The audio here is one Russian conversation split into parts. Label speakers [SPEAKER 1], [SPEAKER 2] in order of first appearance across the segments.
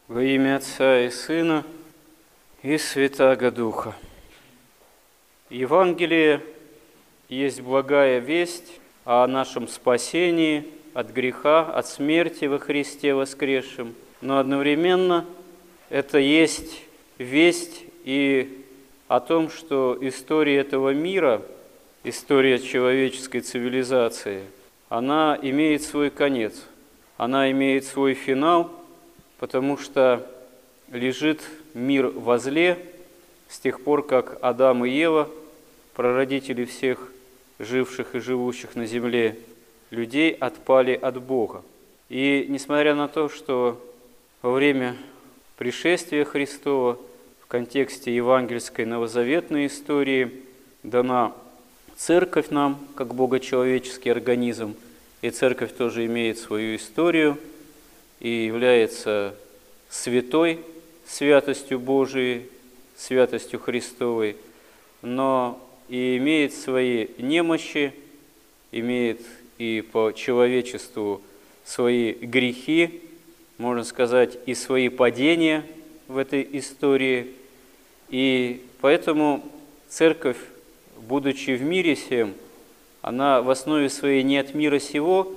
[SPEAKER 1] Во имя Отца и Сына и Святаго Духа. Евангелие есть благая весть о нашем спасении от греха, от смерти во Христе воскресшем, но одновременно это есть весть и о том, что история этого мира, история человеческой цивилизации, она имеет свой конец, она имеет свой финал, потому что лежит мир во зле с тех пор, как Адам и Ева, прародители всех живших и живущих на земле людей, отпали от Бога. И несмотря на то, что во время пришествия Христова в контексте евангельской новозаветной истории дана Церковь нам, как богочеловеческий организм, и Церковь тоже имеет свою историю и является святой, святостью Божией, святостью Христовой, но и имеет свои немощи, имеет и по человечеству свои грехи, можно сказать, и свои падения в этой истории. И поэтому Церковь, будучи в мире сем, она в основе своей не от мира сего,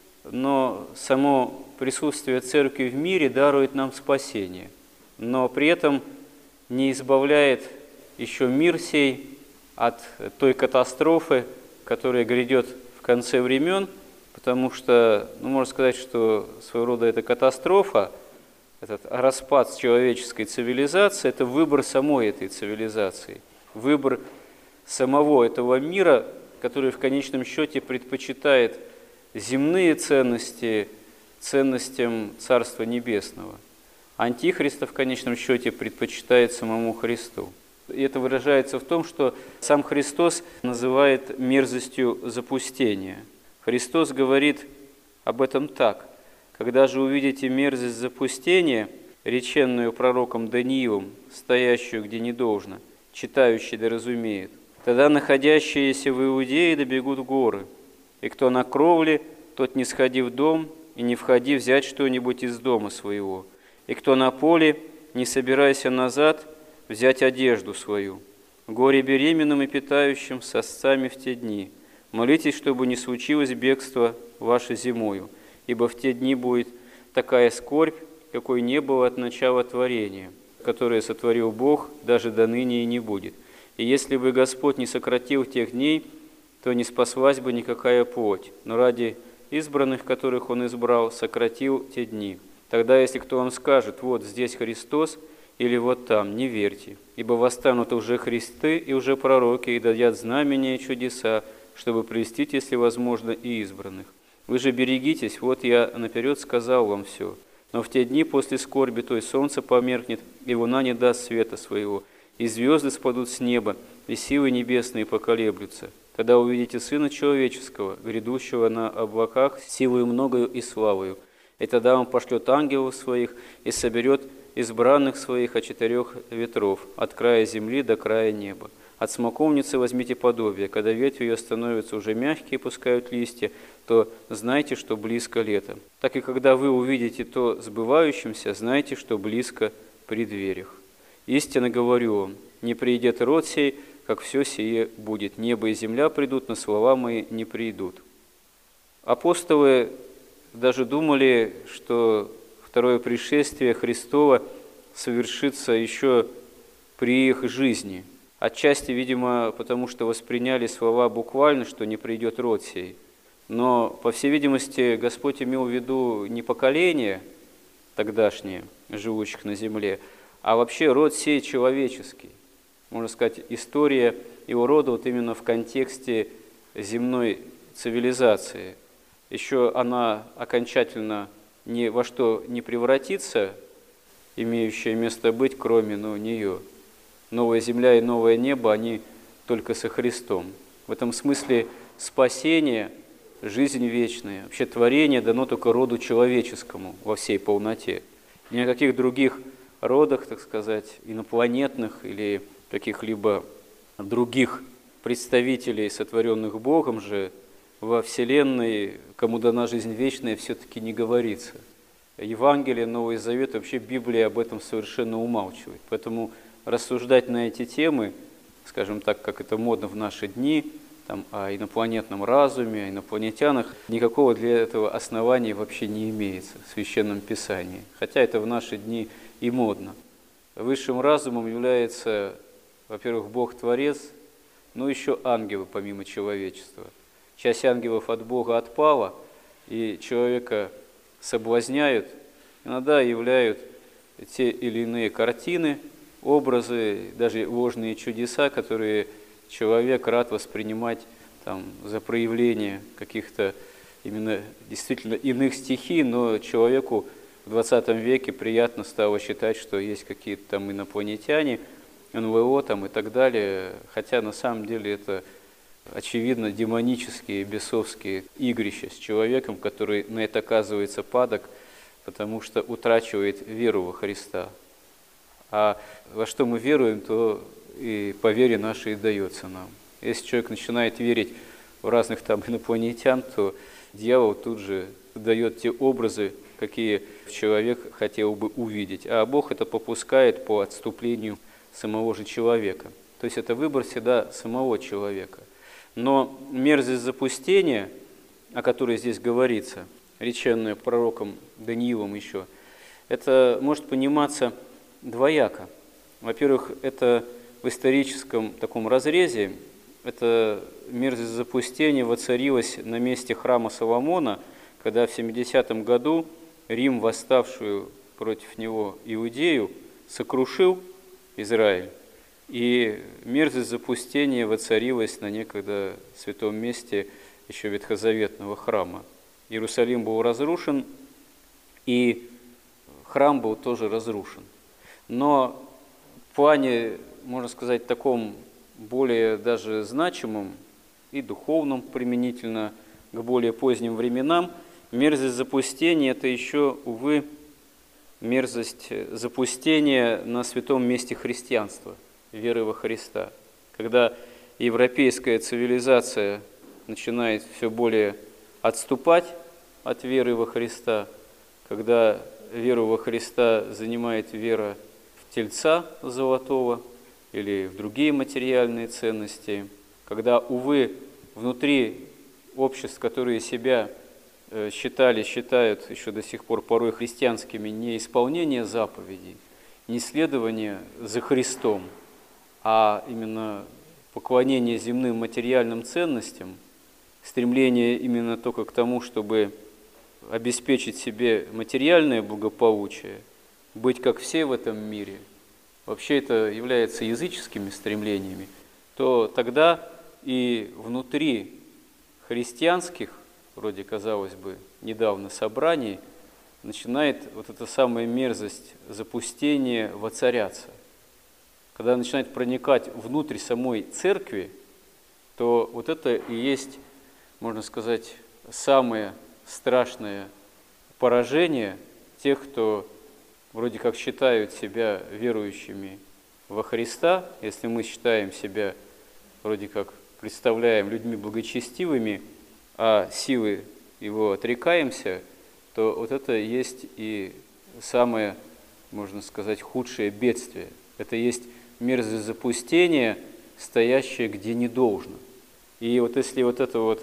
[SPEAKER 1] но само присутствие Церкви в мире дарует нам спасение, но при этом не избавляет еще мир сей от той катастрофы, которая грядет в конце времен, потому что, можно сказать, что своего рода эта катастрофа, этот распад человеческой цивилизации, это выбор самой этой цивилизации, выбор самого этого мира, который в конечном счете предпочитает земные ценности ценностям Царства Небесного. Антихриста в конечном счете предпочитает самому Христу. И это выражается в том, что сам Христос называет мерзостью запустения. Христос говорит об этом так: «Когда же увидите мерзость запустения, реченную пророком Даниилом, стоящую где не должно, читающий да разумеет, тогда находящиеся в Иудее добегут в горы, и кто на кровле, тот не сходи в дом, и не входи взять что-нибудь из дома своего. И кто на поле, не собирайся назад взять одежду свою. Горе беременным и питающим с осцами в те дни. Молитесь, чтобы не случилось бегство ваше зимою, ибо в те дни будет такая скорбь, какой не было от начала творения, которое сотворил Бог, даже до ныне и не будет. И если бы Господь не сократил тех дней, то не спаслась бы никакая плоть, но ради избранных, которых Он избрал, сократил те дни. Тогда, если кто вам скажет: вот здесь Христос, или вот там, не верьте, ибо восстанут уже Христы и уже пророки, и дадят знамения и чудеса, чтобы прельстить, если возможно, и избранных. Вы же берегитесь, вот я наперед сказал вам все. Но в те дни после скорби той солнце померкнет, и луна не даст света своего, и звезды спадут с неба, и силы небесные поколеблются. Тогда увидите Сына Человеческого, грядущего на облаках, силою многою и славою. И тогда Он пошлет ангелов Своих и соберет избранных Своих от 4 ветров, от края земли до края неба. От смоковницы возьмите подобие, когда ветви ее становятся уже мягкие и пускают листья, то знайте, что близко лето. Так и когда вы увидите то сбывающимся, знайте, что близко при дверях. Истинно говорю вам, не придет род сей, как все сие будет. Небо и земля придут, но слова мои не придут». Апостолы даже думали, что второе пришествие Христова совершится еще при их жизни. Отчасти, видимо, потому что восприняли слова буквально, что не придет род сей. Но, по всей видимости, Господь имел в виду не поколение тогдашнее, живущих на земле, а вообще род сей человеческий. Можно сказать, история его рода вот именно в контексте земной цивилизации. Еще она окончательно ни во что не превратится, имеющая место быть, кроме нее. Новая земля и новое небо, они только со Христом. В этом смысле спасение, жизнь вечная, вообще творение дано только роду человеческому во всей полноте. Ни о каких других родах, так сказать, инопланетных или каких-либо других представителей, сотворенных Богом же, во Вселенной, кому дана жизнь вечная, все-таки не говорится. Евангелие, Новый Завет, вообще Библия об этом совершенно умалчивает. Поэтому рассуждать на эти темы, скажем так, как это модно в наши дни, там, о инопланетном разуме, о инопланетянах, никакого для этого основания вообще не имеется в Священном Писании. Хотя это в наши дни и модно. Высшим разумом является, во-первых, Бог-творец, но еще ангелы помимо человечества. Часть ангелов от Бога отпала, и человека соблазняют, иногда являют те или иные картины, образы, даже ложные чудеса, которые человек рад воспринимать там, за проявление каких-то именно действительно иных стихий, но человеку в 20 веке приятно стало считать, что есть какие-то там инопланетяне, НЛО там, и так далее, хотя на самом деле это очевидно демонические, бесовские игрища с человеком, который на это оказывается падок, потому что утрачивает веру во Христа. А во что мы веруем, то и по вере нашей и дается нам. Если человек начинает верить в разных там инопланетян, то дьявол тут же дает те образы, какие человек хотел бы увидеть. А Бог это попускает по отступлению самого же человека. То есть это выбор всегда самого человека. Но мерзость запустения, о которой здесь говорится, реченная пророком Даниилом еще, это может пониматься двояко. Во-первых, это в историческом таком разрезе, эта мерзость запустения воцарилась на месте храма Соломона, когда в 70-м году Рим, восставшую против него Иудею, сокрушил Израиль. И мерзость запустения воцарилась на некогда святом месте еще ветхозаветного храма. Иерусалим был разрушен, и храм был тоже разрушен. Но в плане, можно сказать, таком более даже значимом и духовном применительно к более поздним временам, мерзость запустения – это еще, увы, мерзость запустения на святом месте христианства, веры во Христа. Когда европейская цивилизация начинает все более отступать от веры во Христа, когда веру во Христа занимает вера в Тельца золотого или в другие материальные ценности, когда, увы, внутри обществ, которые себя считают еще до сих пор порой христианскими, не исполнение заповедей, не следование за Христом, а именно поклонение земным материальным ценностям, стремление именно только к тому, чтобы обеспечить себе материальное благополучие, быть как все в этом мире, вообще это является языческими стремлениями, то тогда и внутри христианских, вроде, казалось бы, недавно собраний, начинает вот эта самая мерзость запустения воцаряться. Когда начинает проникать внутрь самой церкви, то вот это и есть, можно сказать, самое страшное поражение тех, кто вроде как считают себя верующими во Христа, если мы считаем себя вроде как представляем людьми благочестивыми, а силы его отрекаемся, то вот это есть и самое, можно сказать, худшее бедствие. Это есть мерзость запустения, стоящее где не должно. И вот если вот это вот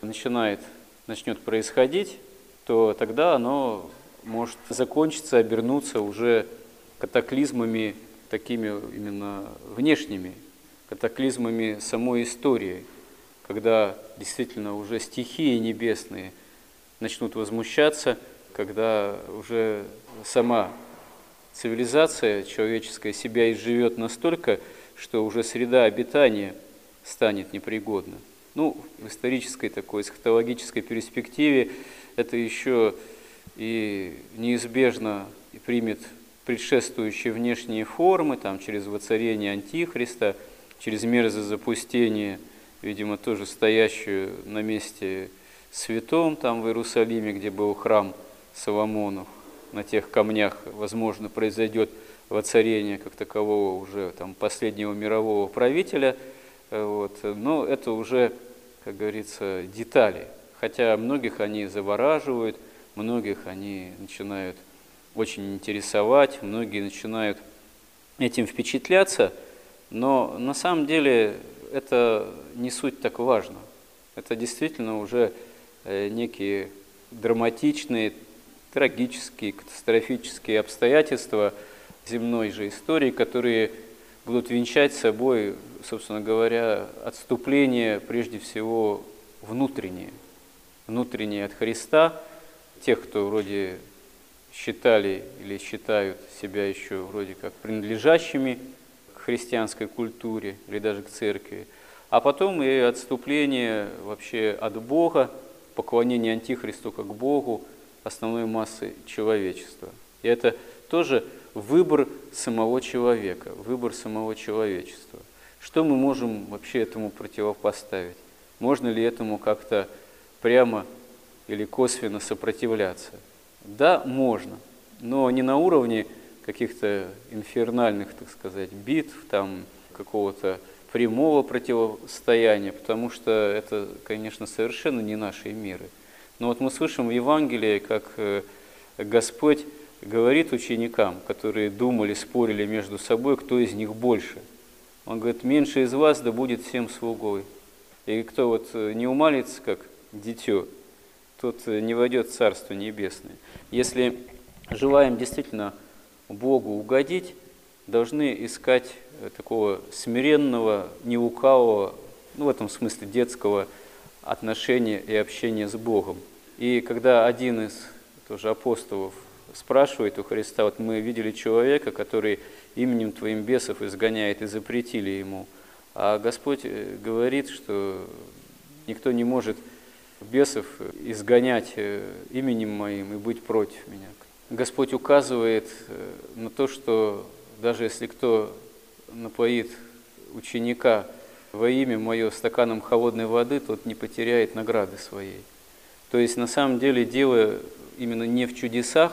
[SPEAKER 1] начнет происходить, то тогда оно может закончиться, обернуться уже катаклизмами такими именно внешними, катаклизмами самой истории, когда действительно уже стихии небесные начнут возмущаться, когда уже сама цивилизация человеческая себя изживет настолько, что уже среда обитания станет непригодна. Ну, в исторической такой эсхатологической перспективе это еще и неизбежно примет предшествующие внешние формы, там, через воцарение Антихриста, через мерзость запустения, видимо, тоже стоящую на месте святом, там в Иерусалиме, где был храм Соломонов, на тех камнях, возможно, произойдет воцарение как такового уже там, последнего мирового правителя, вот. Но это уже, как говорится, детали. Хотя многих они завораживают, многих они начинают очень интересовать, многие начинают этим впечатляться, но на самом деле это не суть так важно. Это действительно уже некие драматичные, трагические, катастрофические обстоятельства земной же истории, которые будут венчать собой, собственно говоря, отступление прежде всего внутреннее от Христа, тех, кто вроде считали или считают себя еще вроде как принадлежащими к христианской культуре или даже к церкви, а потом и отступление вообще от Бога, поклонение Антихристу как Богу, основной массы человечества. И это тоже выбор самого человека, выбор самого человечества. Что мы можем вообще этому противопоставить? Можно ли этому как-то прямо или косвенно сопротивляться? Да, можно, но не на уровне каких-то инфернальных, так сказать, битв, там, какого-то прямого противостояния, потому что это, конечно, совершенно не наши миры. Но вот мы слышим в Евангелии, как Господь говорит ученикам, которые думали, спорили между собой, кто из них больше. Он говорит: меньше из вас да будет всем слугой. И кто вот не умалится, как дитё, тот не войдет в Царство Небесное. Если желаем действительно Богу угодить, должны искать такого смиренного, неукавого, в этом смысле детского отношения и общения с Богом. И когда один из тоже апостолов спрашивает у Христа: вот мы видели человека, который именем Твоим бесов изгоняет, и запретили ему. А Господь говорит, что никто не может бесов изгонять именем Моим и быть против Меня. Господь указывает на то, что даже если кто напоит ученика во имя Мое стаканом холодной воды, тот не потеряет награды своей. То есть на самом деле дело именно не в чудесах,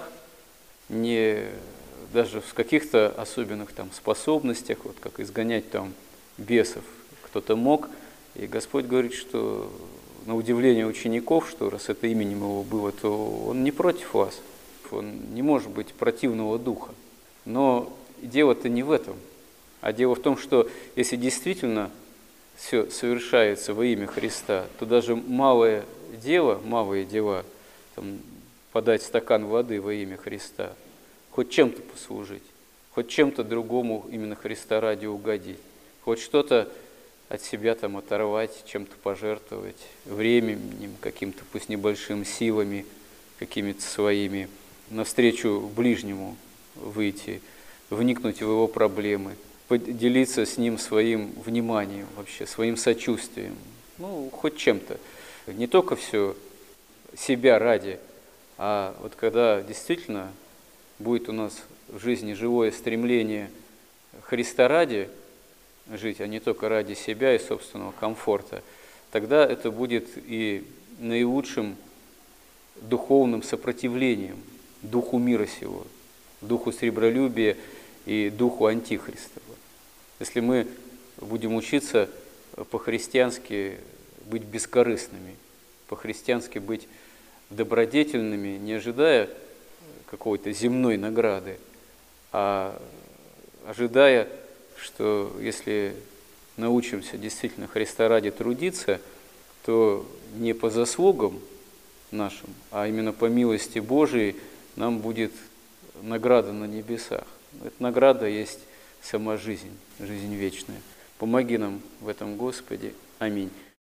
[SPEAKER 1] не даже в каких-то особенных там способностях, вот как изгонять там бесов кто-то мог. И Господь говорит, что на удивление учеников, что раз это именем Его было, то Он не против вас, Он не может быть противного духа. Но дело-то не в этом, а дело в том, что если действительно все совершается во имя Христа, то даже малые дела, там, подать стакан воды во имя Христа, хоть чем-то послужить, хоть чем-то другому именно Христа ради угодить, хоть что-то от себя там оторвать, чем-то пожертвовать, временем, каким-то пусть небольшим, силами, какими-то своими, навстречу ближнему выйти, вникнуть в его проблемы, поделиться с ним своим вниманием вообще, своим сочувствием, хоть чем-то. Не только все себя ради, а вот когда действительно будет у нас в жизни живое стремление Христа ради жить, а не только ради себя и собственного комфорта, тогда это будет и наилучшим духовным сопротивлением духу мира сего, духу сребролюбия и духу антихристова. Если мы будем учиться по-христиански быть бескорыстными, по-христиански быть добродетельными, не ожидая какой-то земной награды, а ожидая, что если научимся действительно Христа ради трудиться, то не по заслугам нашим, а именно по милости Божией нам будет награда на небесах. Эта награда есть сама жизнь, жизнь вечная. Помоги нам в этом, Господи. Аминь.